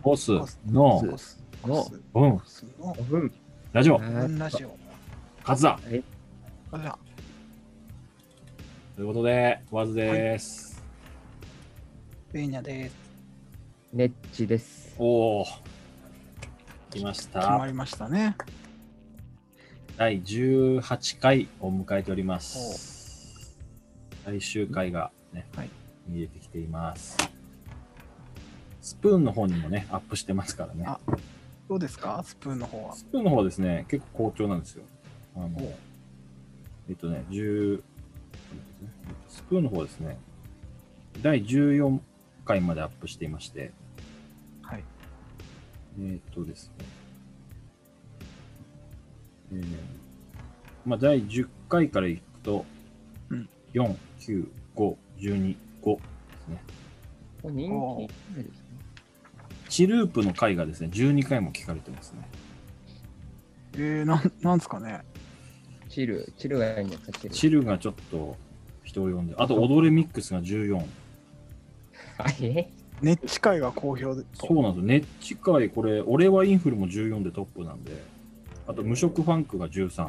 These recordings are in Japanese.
ボスののラジオラジオ勝つだあらということでワズです、 ベーニャです。 ネッチです。 おお来まし決た。 まりましたね。 第18回を迎えております。最終回がね、 はい、 見えてきています。スプーンの方にもねアップしてますからね。 あ、どうですかスプーンの方は。 スプーンの方はですね結構好調なんですよ。10スプーンの方はですね第14回までアップしていまして、 はい。 ですね、まあ第10回からいくと、4、9、5、12、5ですね。 人気ですね。 チループの回がですね、12回も聞かれてますね。 なんですかね。 チルがいいんですかチルがちょっと人を呼んで、あと踊れミックスが14。 ネッチ会が好評で。 そうなんですよ。ネッチ会、これ、俺はインフルも14でトップなんで、あと無色ファンクが13。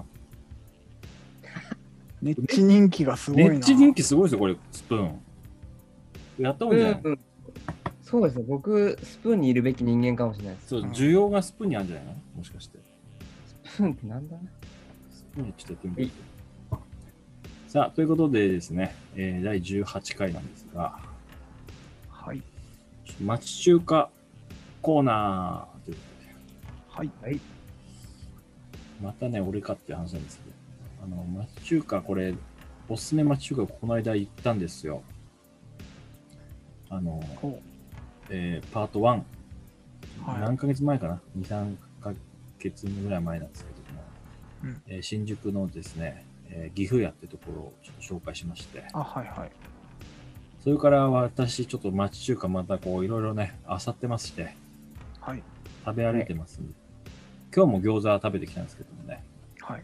ネッチ人気がすごいな。 ネッチ人気すごいですよ、これ、スプーン。やったもんじゃない、 そうですね。僕、スプーンにいるべき人間かもしれないです。 そう、需要がスプーンにあるんじゃないのもしかして。 スプーンってなんだスプーンちょっとやってみて。さあ、ということでですね、第18回なんですが、 はい。 町中華コーナーということで、 はい。 またね、俺かっていう話なんですけど、町中華、これ、おすすめ町中華、この間行ったんですよ。パート1、 はい、 何ヶ月前かな ?2、3ヶ月ぐらい前なんですけども、新宿のですね、岐阜屋ってところをちょっと紹介しまして、 はいはい。 それから私、ちょっと町中華またこういろいろね、漁ってまして、 はい。 食べ歩いてますんで、今日も餃子食べてきたんですけどもね、 はい。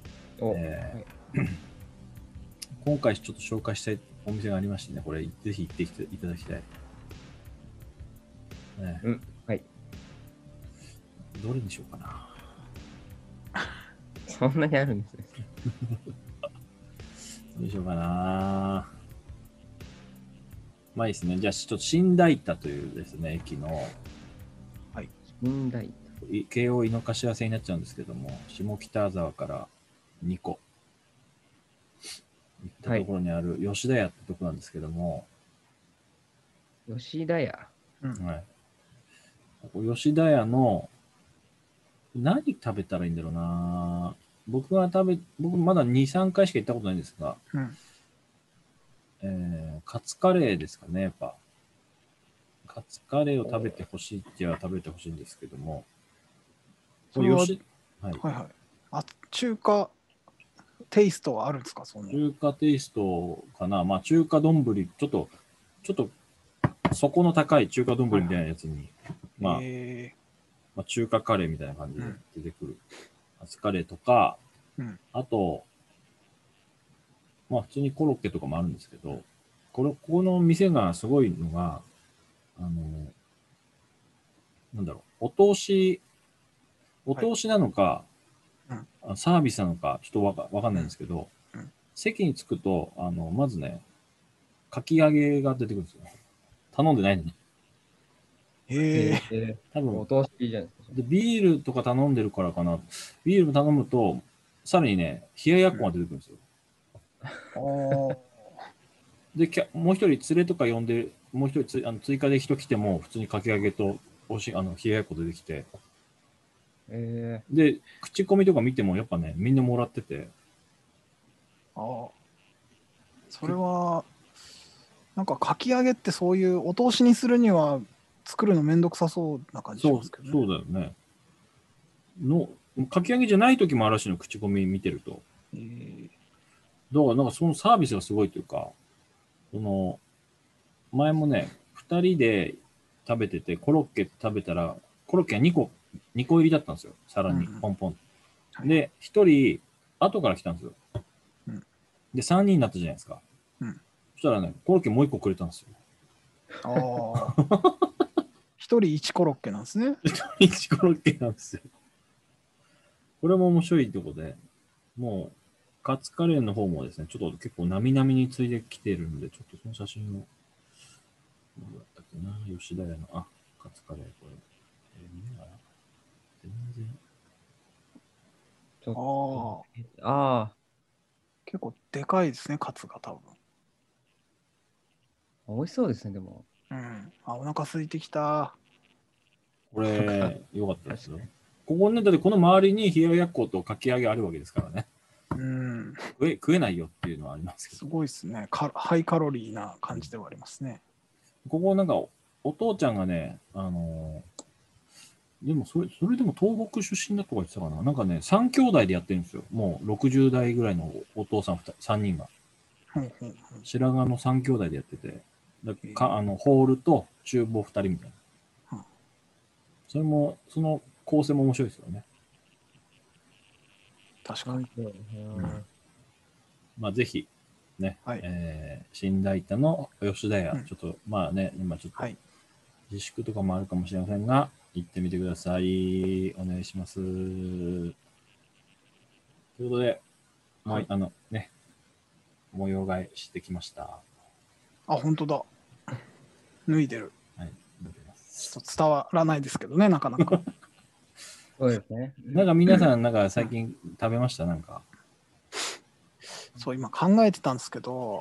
今回ちょっと紹介したいお店がありましてね、これぜひ行ってきていただきたい。ね、 はい。 どれにしようかな。 そんなにあるんですね。 どうしようかな。まあいいですね。じゃあちょっと新大田というですね、駅の、 はい。 新大田。 京王井の頭線になっちゃうんですけども、下北沢から2個行ったところにある吉田屋ってとこなんですけども、 吉田屋。 はい。吉田屋の何食べたらいいんだろうな。僕まだ2、3回しか行ったことないんですが、カツカレーですかね、やっぱ。カツカレーを食べてほしいっては食べてほしいんですけども。 それは、 はいはいはい。あ、中華テイストはあるんですかその中華テイストかな。まあ中華丼、ちょっと底の高い中華丼みたいなやつに、まあ中華カレーみたいな感じで出てくるカツカレーとか、あと、まあ普通にコロッケとかもあるんですけど、ここの店がすごいのが、なんだろう、お通しなのか、サービスなのか、ちょっとわかんないんですけど、席に着くと、まずね、かき揚げが出てくるんですよ。頼んでないのに。多分、 お通しじゃないですか。 でビールとか頼んでるからかな。ビール頼むと、さらにね、冷ややっこが出てくるんですよ。で、もう一人連れとか呼んで、もう一人追加で人来ても、普通にかき揚げと冷ややっこ出てきて、で、口コミとか見ても、やっぱね、みんなもらってて。 それは、なんかかき揚げってそういうお通しにするには作るのめんどくさそうな感じしますけどね。 そうだよね。かき揚げじゃない時もあるらしいの、口コミ見てると。だからなんかそのサービスがすごいというか、前もね、2人で食べてて、コロッケ食べたら、コロッケが2個入りだったんですよ。さらに、ポンポン。で、1人、後から来たんですよ。で、3人になったじゃないですか。そしたらね、コロッケもう1個くれたんですよ。 一人1コロッケなんですね。 一日コロッケなんですよ。これも面白いとこで、もう、カツカレーの方もですね、ちょっと結構なみなみについできてるんで、ちょっとその写真を、どうだったっけな、吉田屋の、カツカレー、これ。見ながら全然。 ちょっとあ結構でかいですね、カツが多分。 美味しそうですね、でも。 お腹空いてきた。 これ、よかったですよ。ここね、だってこの周りに冷ややっことかき揚げあるわけですからね。食えないよっていうのはありますけど。 すごいですね。ハイカロリーな感じではありますね。 ここなんか、お父ちゃんがね、でもそれでも東北出身だとか言ってたかな。なんかね、3兄弟でやってるんですよ。もう60代ぐらいのお父さん3人が。白髪の3兄弟でやってて、ホールと厨房2人みたいな。それも、その構成も面白いですよね。 確かに。 まあ、ぜひ、ね、 はい、 新大田の吉田屋、ちょっと、まあね、今ちょっと、自粛とかもあるかもしれませんが、行ってみてください。お願いします。ということで、ね、模様替えしてきました。 本当だ。脱いでる。 はい、脱いでます。 ちょっと伝わらないですけどね、なかなか。 そうですね。 なんか皆さん、なんか最近食べましたなんか。 そう、今考えてたんですけど、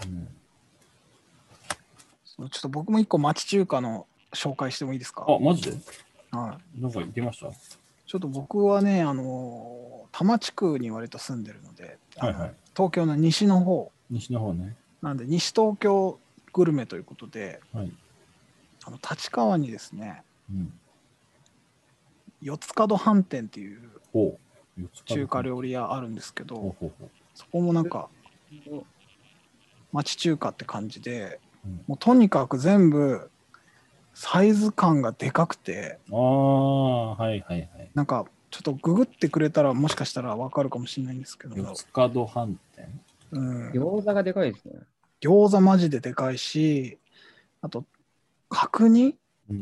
ちょっと僕も一個町中華の紹介してもいいですか？ マジで？ はい。 なんか言ってました？ ちょっと僕はね、多摩地区に割と住んでるので、東京の西の方。 西の方ね。 なんで、西東京グルメということで、 はい、 立川にですね、四つ角飯店っていう中華料理屋あるんですけど、そこもなんか町中華って感じで、もうとにかく全部サイズ感がでかくて、なんかちょっとググってくれたらもしかしたら分かるかもしれないんですけど、 四つ角飯店、 餃子がでかいですね。 餃子マジででかいし、あと角煮、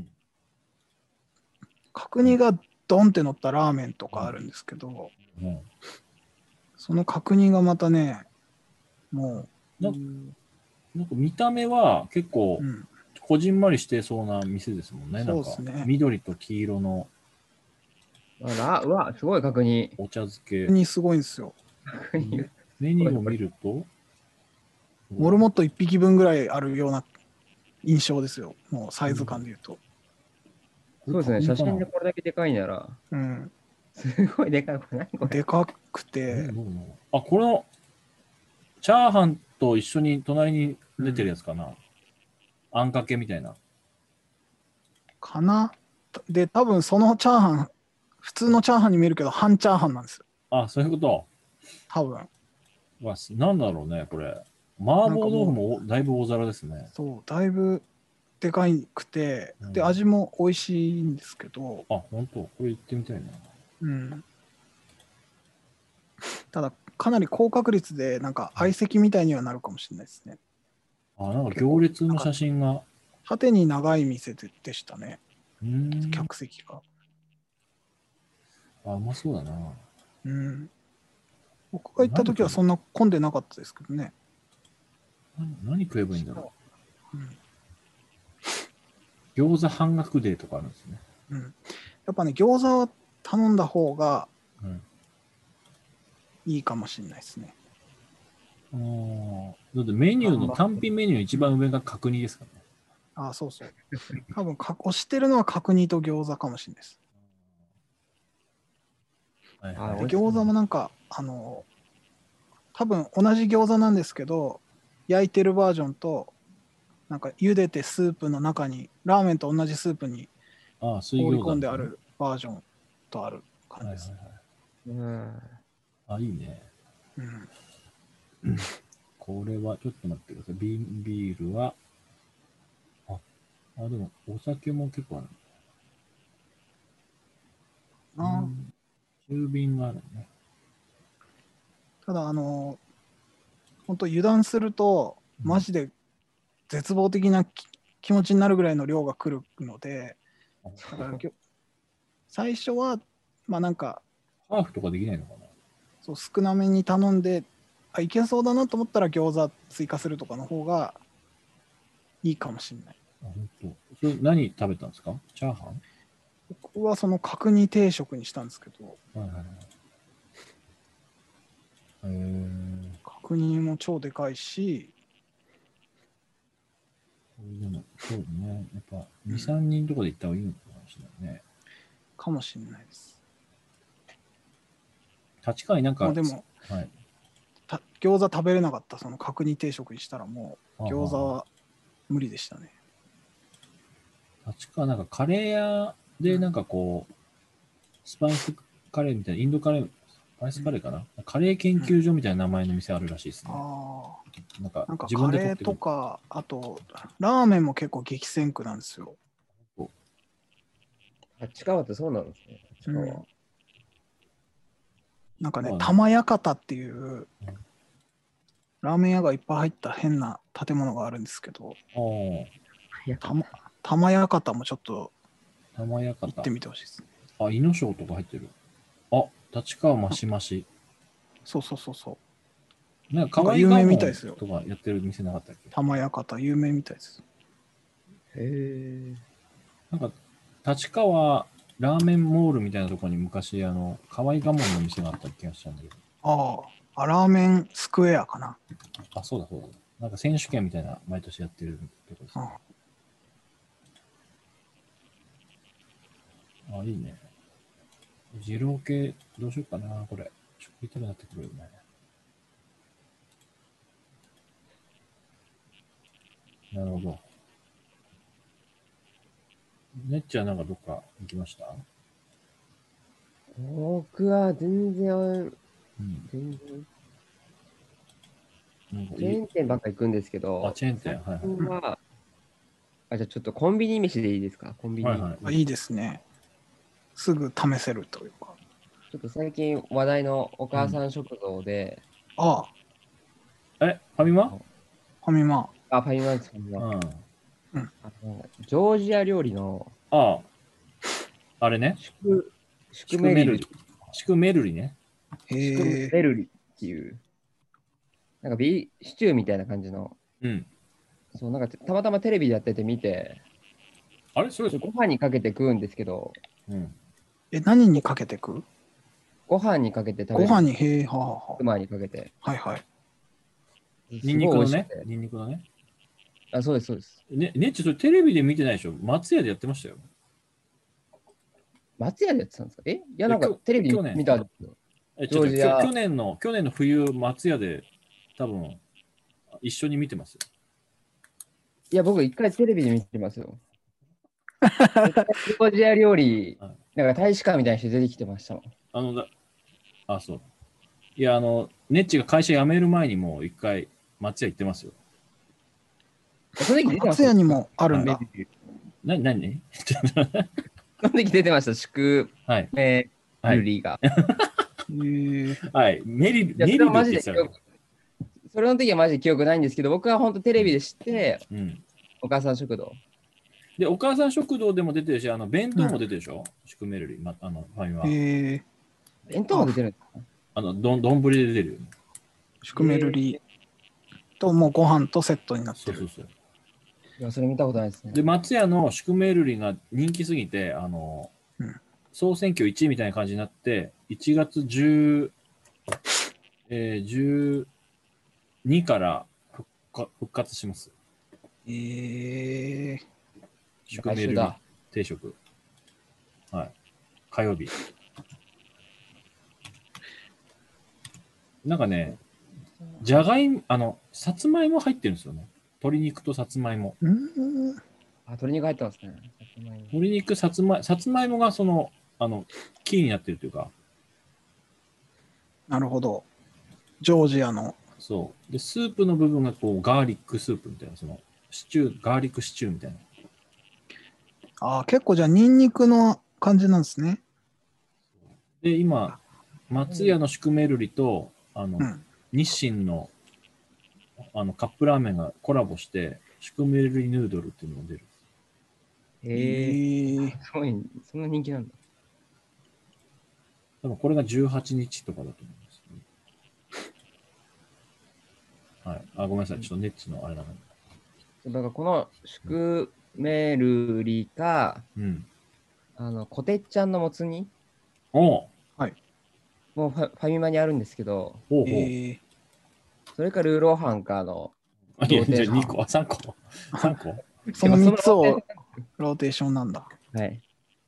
角煮がドンって乗ったラーメンとかあるんですけど、その角煮がまたね、もうなんか見た目は結構こじんまりしてそうな店ですもんね。 そうですね。 なんか緑と黄色のうわ、すごい角煮。 お茶漬け。 角煮すごいんですよ。 メニューを見るとモルモット1匹分ぐらいあるような印象ですよ。もうサイズ感で言うと。 そうですね。写真でこれだけでかいなら。すごいでかい。何これ。 でかくて。 このチャーハンと一緒に隣に出てるやつかな。あんかけみたいな。 かな。で、多分そのチャーハン、普通のチャーハンに見えるけど、半チャーハンなんですよ。 そういうこと。 多分。 なんだろうね、これ。麻婆豆腐もだいぶ大皿ですね。 そう、だいぶでかくて、で、味も美味しいんですけど。 本当？これ行ってみたいな。 ただ、かなり高確率で、なんか相席みたいにはなるかもしれないですね。 なんか行列の写真が。 縦に長い店でしたね。客席が。 うまそうだな。 僕が行った時はそんな混んでなかったですけどね。 何食えばいいんだろう。餃子半額デーとかあるんですね。 やっぱね、餃子は頼んだ方がいいかもしれないですね。 だってメニューの単品メニュー一番上が角煮ですからね。 そうそう。多分押してるのは角煮と餃子かもしれないです。で餃子もなんか多分同じ餃子なんですけど、焼いてるバージョンとなんか茹でてスープの中にラーメンと同じスープに放り込んであるバージョンとある感じです。 いいね。これはちょっと待ってください。ビールはでもお酒も結構ある。中瓶があるね。 ただ本当油断するとマジで絶望的な気持ちになるぐらいの量が来るので、 だから最初は、まあなんか、 ハーフとかできないのかな。 そう少なめに頼んで、いけそうだなと思ったら餃子追加するとかの方がいいかもしれない。 本当。それ何食べたんですか？チャーハン？ 僕はその角煮定食にしたんですけど、 はいはいはい。 角煮も超でかいし、 でもそうね。やっぱ2、3人とかで行った方がいいのかもしれないね。 かもしれないです。 立川になんか、 もうでも、 はい、 餃子食べれなかったその角煮定食にしたらもう餃子は無理でしたね。 立川なんかカレー屋でなんかこう、スパイスカレーみたいな、インドカレー、スパイスカレーかな、カレー研究所みたいな名前の店あるらしいですね。なんか自分でカレーとか、あとラーメンも結構激戦区なんですよ。 立川ってそうなんですね。立川。 なんかね、玉屋形っていうラーメン屋がいっぱい入った変な建物があるんですけど、玉屋形もちょっと行ってみてほしいです。 あ、井の章とか入ってる。あ、立川マシマシ。 そうそうそうそう。 なんか有名みたいですよ。とかやってる店なかったっけ？ 玉屋形有名みたいです。 へえ。 なんか立川ラーメンモールみたいなところに昔河合我門の店があった気がしたんだけど。 ラーメンスクエアかな。 あ、そうだそうだ。なんか選手権みたいな毎年やってるとこです、ね。あ、いいね。二郎系どうしようかな、これ。食いたくなってくるよね。なるほど。ねっちゃんなんかどっか行きました？ 僕は全然、全然。チェーン店ばっか行くんですけど、 チェーン店、はい。 じゃあちょっとコンビニ飯でいいですか？コンビニ。 いいですね。すぐ試せるというか。 ちょっと最近話題のお母さん食堂で。 ファミマ？ ファミマ。 ファミマです、ファミマ。ジョージア料理の。 あれね。 シュクメルリ。 シュクメルリね。 シュクメルリっていう。なんかシチューみたいな感じの。そう、なんかたまたまテレビでやってて見て。 あれそれご飯にかけて食うんですけど。 何にかけて食う？ ご飯にかけて食べる。 ご飯に、 妻にかけて。 はいはい。 ニンニクのね。ニンニクのね。 あ、そうです、そうです。 ねっちそれテレビで見てないでしょ？松屋でやってましたよ。 松屋でやってたんですか？いや、なんかテレビで見たんですよ。 去年の冬、松屋で多分一緒に見てますよ。 いや、僕一回テレビで見てますよ。ジョージア料理、なんか大使館みたいな人出てきてましたもん。 そう。いや、ネッチが会社辞める前にもう一回松屋行ってますよ。 松屋にもあるんだ。 何その時出てました、祝メルリーが。 はい、メリルって言ってたよ。 それの時はマジで記憶ないんですけど、僕は本当テレビで知って、お母さん食堂。 で、お母さん食堂でも出てるし、弁当も出てるでしょ？祝メルリ、ファミマ。 弁当も出てるんですか？ 丼で出てるよね。 祝メルリともうご飯とセットになってる。 そう。いや、それ見たことないですね。 で、松屋の祝メルリが人気すぎて、総選挙1位みたいな感じになって、1月12から復活します。祝メルリ定食。はい。火曜日。なんかね、じゃがいも、さつまいも入ってるんですよね。鶏肉とさつまいも。 鶏肉入ってますね。 鶏肉、さつまいもがキーになってるというか。 なるほど。ジョージアの。 そう。で、スープの部分がこう、ガーリックスープみたいな、ガーリックシチューみたいな。 結構じゃあ、ニンニクの感じなんですね。 で、今、松屋のシュクメルリと、日清の、カップラーメンがコラボして、シュクメルリヌードルっていうのが出る。 すごい、そんな人気なんだ。 多分これが18日とかだと思いますね。はい。あ、ごめんなさい。ちょっとネッチのあれだな。 だからこのシュクメルリか、 うん。 コテッちゃんのもつ煮おうはい。 もうファミマにあるんですけど、 ほうほう。 それかルーローハンかのいや、じゃあローテーション。 2個、あ、3個。3個その3つでもをローテーションなんだ。 はい。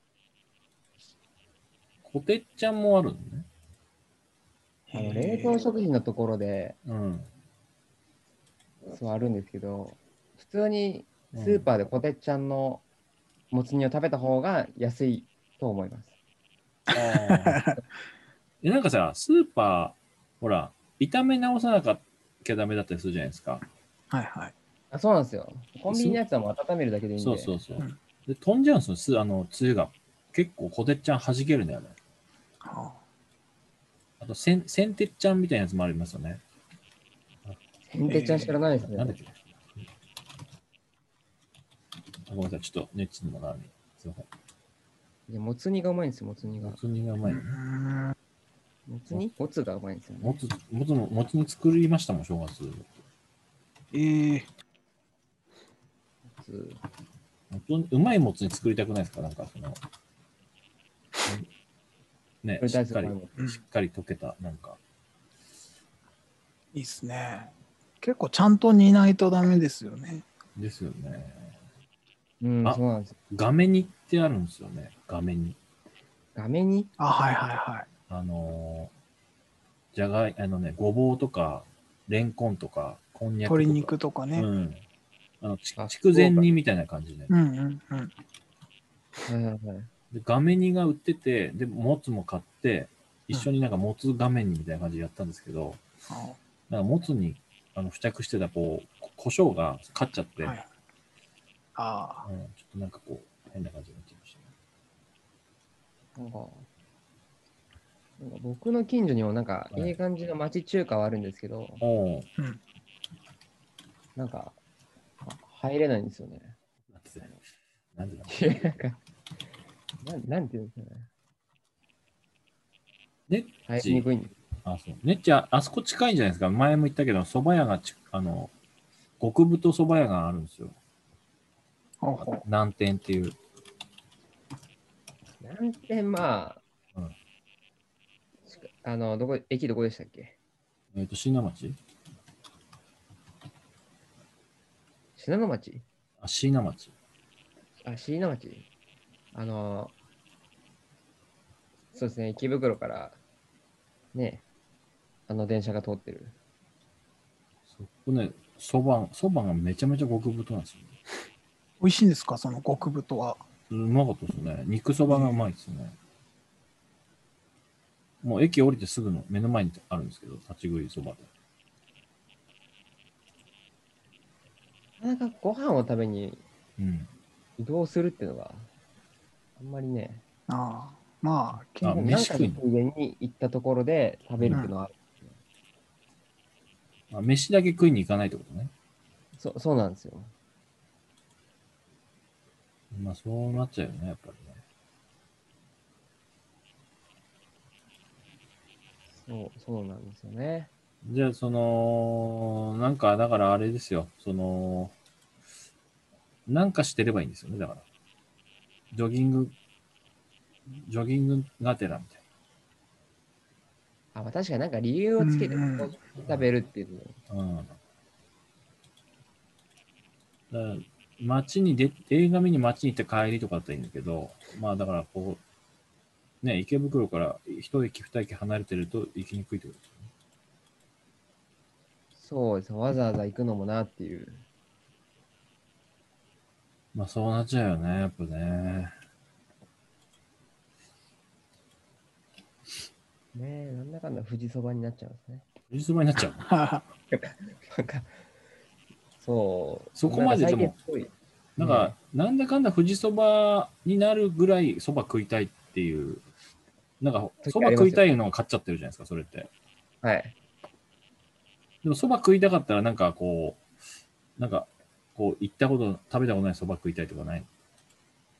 コテッちゃんもあるのね。 冷凍食品のところで、 うん。 そうあるんですけど、普通にスーパーでコテッちゃんのもつ煮を食べた方が安いと思います。 ああ。なんかさ、スーパー、ほら、炒め直さなきゃダメだったりするじゃないですか。 はいはい。 あ、そうなんですよ。コンビニのやつはもう温めるだけでいいんで。 そうそう。 うん、 で、飛んじゃうんですよ、つゆが。結構コテッちゃん弾けるんだよね。 はあと、センテッちゃんみたいなやつもありますよね。 センテちゃん知らないですね。 なんだっけごめんなさい、ちょっとネッチにもなるね。すいません。 いや、もつ煮がうまいんですよ、もつ煮が。 もつ煮がうまいね。 もつ煮もつがうまいんですよね。 もつ煮作りましたもん、正月。うまいもつ煮作りたくないですかなんかね、しっかり溶けた、なんか。 いいっすね。結構ちゃんと煮ないとダメですよね。 ですよね。 うん、そうなんですよ。 画面煮ってあるんですよね。画面煮。 画面にあ、はいはいはい。 ごぼうとか、レンコンとか、こんにゃくとか。 鶏肉とかね。 うん。筑前煮みたいな感じで。 うんうんうん。 はいはいはい。 で、画面煮が売ってて、で、もつも買って、一緒になんかもつ画面煮みたいな感じでやったんですけど、なんかもつに付着してた胡椒が勝っちゃって、 はい、ああ、 ちょっとなんか変な感じになっちゃいましたね。 なんか僕の近所にもなんかいい感じの町中華はあるんですけど、なんか入れないんですよね。 なんでだなんていうんですかね。 ネッチ、 入りにくいんです。 そう。ネッチ、あそこ近いんじゃないですか。前も言ったけど、蕎麦屋が極太蕎麦屋があるんですよ。南天っていう。 南天、まあ、駅どこでしたっけ？ 椎名町信濃町椎名町。 椎名町。そうですね、池袋からね、電車が通ってる。 そこね、蕎麦がめちゃめちゃ極太なんですよね。 美味しいんですか、その極太は。 うまかったですね。肉蕎麦がうまいですね。もう駅降りてすぐの目の前にあるんですけど、立ち食い蕎麦で。 なかなかご飯を食べに移動するっていうのがあんまりね。 まあ、 何かのついでに行ったところで食べるっていうのはある。 飯だけ食いに行かないってことね。 そうなんですよ。 まあそうなっちゃうよね、やっぱりね。そうなんですよね。 じゃあなんかだからあれですよ。なんかしてればいいんですよね、だから。ジョギングがてらみたいまあ確かになんか理由をつけて食べるっていうの。だから映画見に街に行って帰りとかだったらいいんだけど、まあだからね、池袋から一駅二駅離れてると行きにくいってことですよね。 そうですね、わざわざ行くのもなっていう。 まあそうなっちゃうよね、やっぱね。 ねえ、なんだかんだ富士そばになっちゃうんですね。 富士そばになっちゃう。 なんか、そう。 そこまででも、なんだかんだ富士そばになるぐらいそば食いたいっていう、なんか、そば食いたいのが勝っちゃってるじゃないですか、それって。 はい。 でもそば食いたかったら、なんか食べたことないそば食いたいとかない？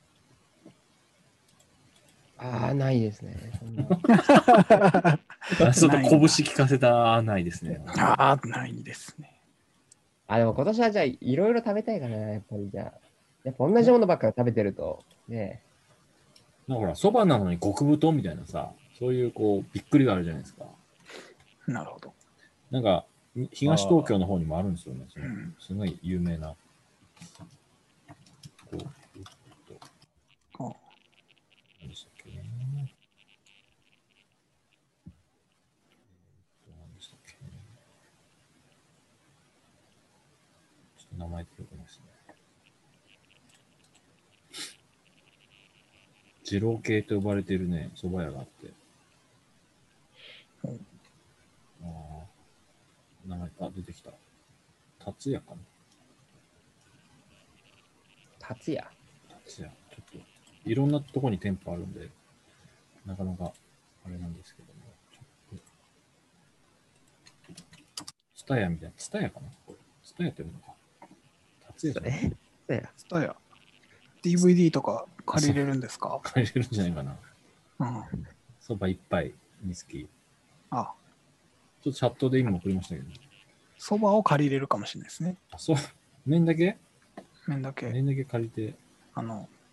ああ、ないですね。そんなちょっと拳聞かせたないですね。 ああ、ないですね。 あ、でも今年はじゃあ、いろいろ食べたいかな、やっぱりじゃあ。やっぱ同じものばっかり食べてると、ね。 だから、そばなのに極太みたいなさ、そういうこう、びっくりがあるじゃないですか。 なるほど。 なんか、東東京の方にもあるんですよね。そのうんすごい有名な。こう、 あ何でしたっけね。何でしたっけね。ちょっと名前出てこないですね。二郎系と呼ばれているね、蕎麦屋があって。 うんああ、名前、出てきた。達也かな。 達也。 達也。ちょっと、いろんなとこに店舗あるんで、なかなか、あれなんですけども。ツタヤみたいな。ツタヤかなツタヤっていうのか。達也じゃないツタヤ DVD とか借りれるんですか？ 借りれるんじゃないかな。 うん。 そば一杯につき。 あ、 ちょっとチャットで今送りましたけど。 そばを借りれるかもしれないですね。 あ、そう。麺だけ麺だけ、 麺だけ借りて。 うん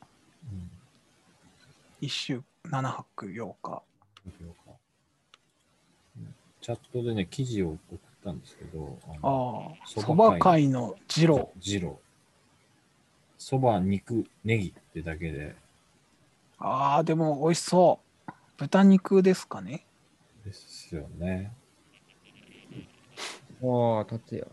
、1週7泊8日。 チャットでね、記事を送ったんですけど、 ああ、そば界の二郎。 二郎。そば、肉、ネギってだけで。 ああ、でも美味しそう。豚肉ですかね。 ですよね。 ああ、達也。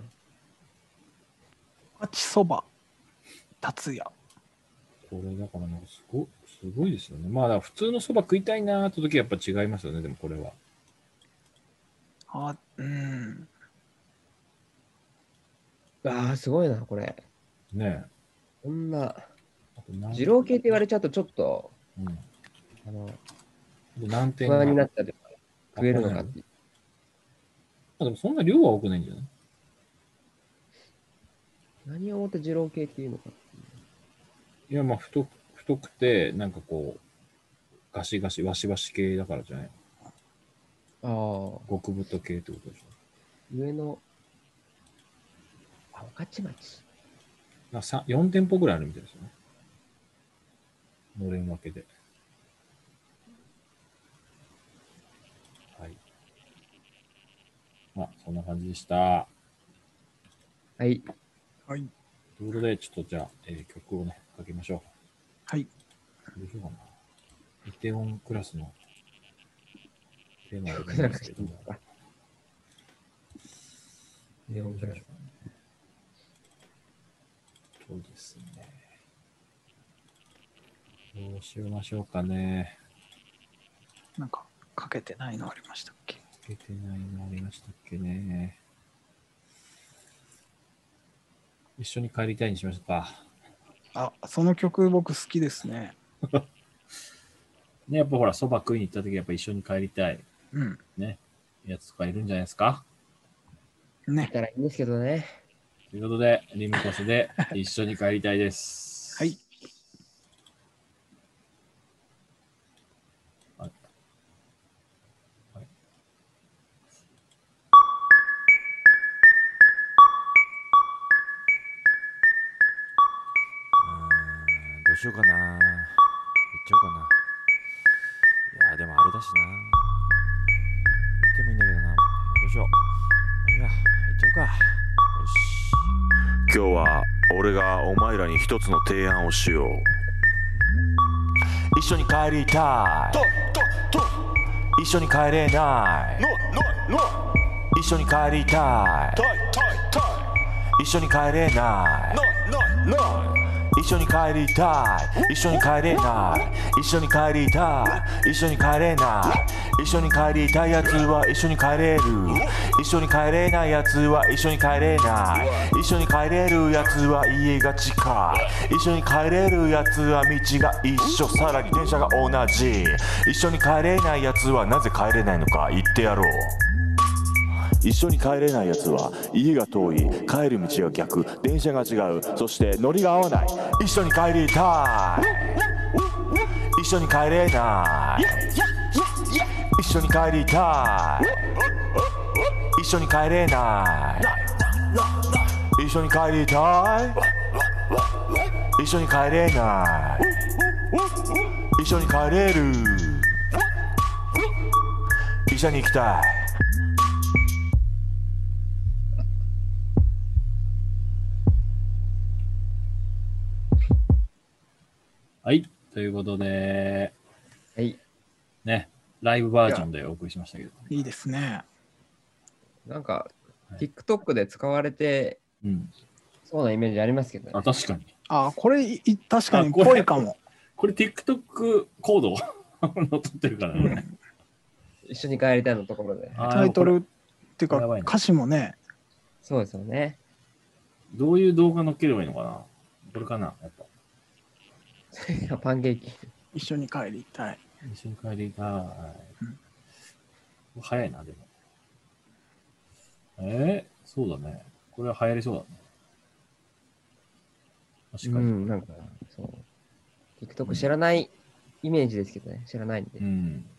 八そば、達也。 これだからなんかすごいですよね。まあだから普通のそば食いたいなーって時はやっぱ違いますよね、でもこれは。 あ、うん。 ああ、すごいな、これ。 ねえ。 こんな、 あと二郎系って言われちゃうとちょっと、 何点不安になっちゃう。食えるのかっていう。 でもそんな量は多くないんじゃない？ 何をもって二郎系っていうのか。 いや、まあ太くて、なんかこう、ガシガシ、ワシワシ系だからじゃない？ ああ。 極太系ってことでしょ。 上の、御徒町。 4店舗ぐらいあるみたいですよね。のれん分けで。はい。まあ、そんな感じでした。 はい。 はい。 ということで、ちょっとじゃあ、曲をね、かけましょう。 はい。 どうしようかな。イテウォンクラスのテーマがあるんですけども。イテウォンクラス。そうですね。どうしましょうかね。 なんか、かけてないのありましたっけ？ かけてないのありましたっけね。一緒に帰りたいにしましょうか。 あ、その曲僕好きですね。 ね、やっぱほら、そば食いに行った時やっぱ一緒に帰りたい。 うん。 ね。やつとかいるんじゃないですか。 ね。 いたらいいんですけどね。 ということで、リムコスで一緒に帰りたいです。 はい。 はい。はい。 どうしようかな。行っちゃおうかな。いや、でもあれだしな。行ってもいいんだけどな。どうしよう。いいや、行っちゃうか。よし。今日は俺がお前らに一つの提案をしよう。一緒に帰りたい。一緒に帰れない。一緒に帰りたい。一緒に帰れない。一緒に帰りたい。一緒に帰れない。一緒に帰りたい。一緒に帰れない。一緒に帰りたいやつは一緒に帰れる。一緒に帰れないやつは一緒に帰れない。一緒に帰れるやつは家が近い。一緒に帰れるやつは道が一緒、さらに電車が同じ。一緒に帰れないやつはなぜ帰れないのか言ってやろう。一緒に帰れないやつは家が遠い、帰る道が逆、電車が違う、そして乗りが合わない。一緒に帰りたい。 一緒に帰れない一緒に帰りたい一緒に帰れない一緒に帰りたい一緒に帰れない一緒に帰れる医者に行きたい。 はい。ということで、 はい。 ね、ライブバージョンでお送りしましたけど。 いいですね。 なんか、 はい、 TikTok で使われて、そうなイメージありますけどね。 あ、確かに。 あ、これ、確かにぽいかも。 これ TikTok コードを取ってるからね。 一緒に帰りたいのところで。 タイトルっていうか、歌詞もね。 そうですよね。 どういう動画載っければいいのかな、これかな、やっぱ。パンケーキ。 一緒に帰りたい。 一緒に帰りたい。早いな、でも。そうだね。これは流行りそうだね。確かに。 なんか、そう。TikTok 知らないイメージですけどね。知らないんで。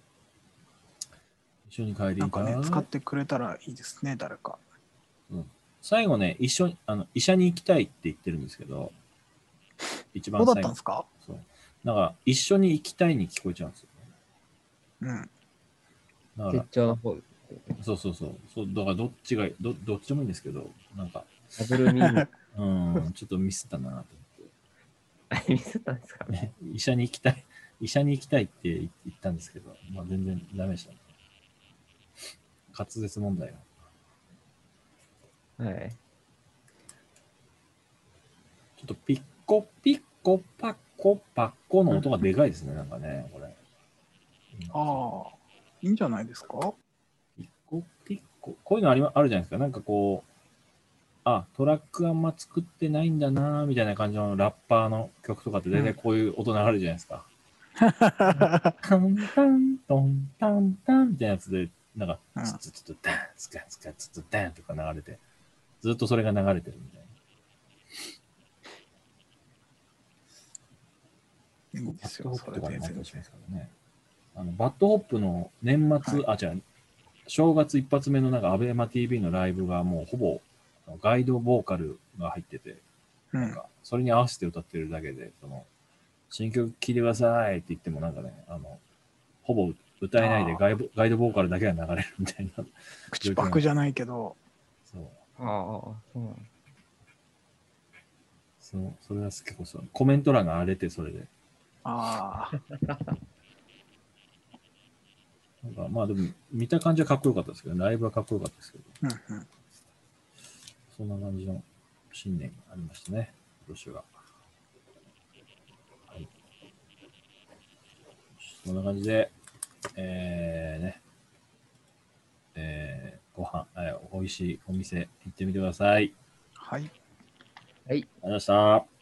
一緒に帰りたい。 なんかね、使ってくれたらいいですね、誰か。 最後ね、医者に行きたいって言ってるんですけど、一番最後。そうだったんですか？ そう。なんか、一緒に行きたいに聞こえちゃうんですよね。 だから絶頂の方。 そう。だからどっちでもいいんですけど、なんか、 ダブルミーちょっとミスったなと思って。 ミスったんですか？ 医者に行きたいって言ったんですけど、まあ全然ダメでしたね。滑舌問題が。はい。 ちょっとピッコピッコパッコパッコの音がでかいですね、なんかね、これ。 ああ、いいんじゃないですか？ ピッコピッコ。こういうのあるじゃないですか。なんかこう、トラックあんま作ってないんだなみたいな感じのラッパーの曲とかって大体こういう音流れるじゃないですか。タンタントンタンタンみたいなやつで、なんか、ツツツツダン、スカツカツツダンとか流れて、ずっとそれが流れてるみたいな。 いいですよ、それで全然。 バッドホップの年末、正月一発目のなんかアベマ TV のライブがもうほぼガイドボーカルが入ってて、なんかそれに合わせて歌ってるだけで、新曲聴いてくださいって言ってもなんかね、ほぼ歌えないでガイドボーカルだけが流れるみたいな。 口パクじゃないけど。 そう。 そうなんそう。それは結構そう。コメント欄が荒れて、それで。なんかまあでも、見た感じはかっこよかったですけど、ライブはかっこよかったですけど。そんな感じの新年がありましたね、今年は。はい。そんな感じで、ご飯、美味しいお店行ってみてください。 はい。 はい。ありがとうございました。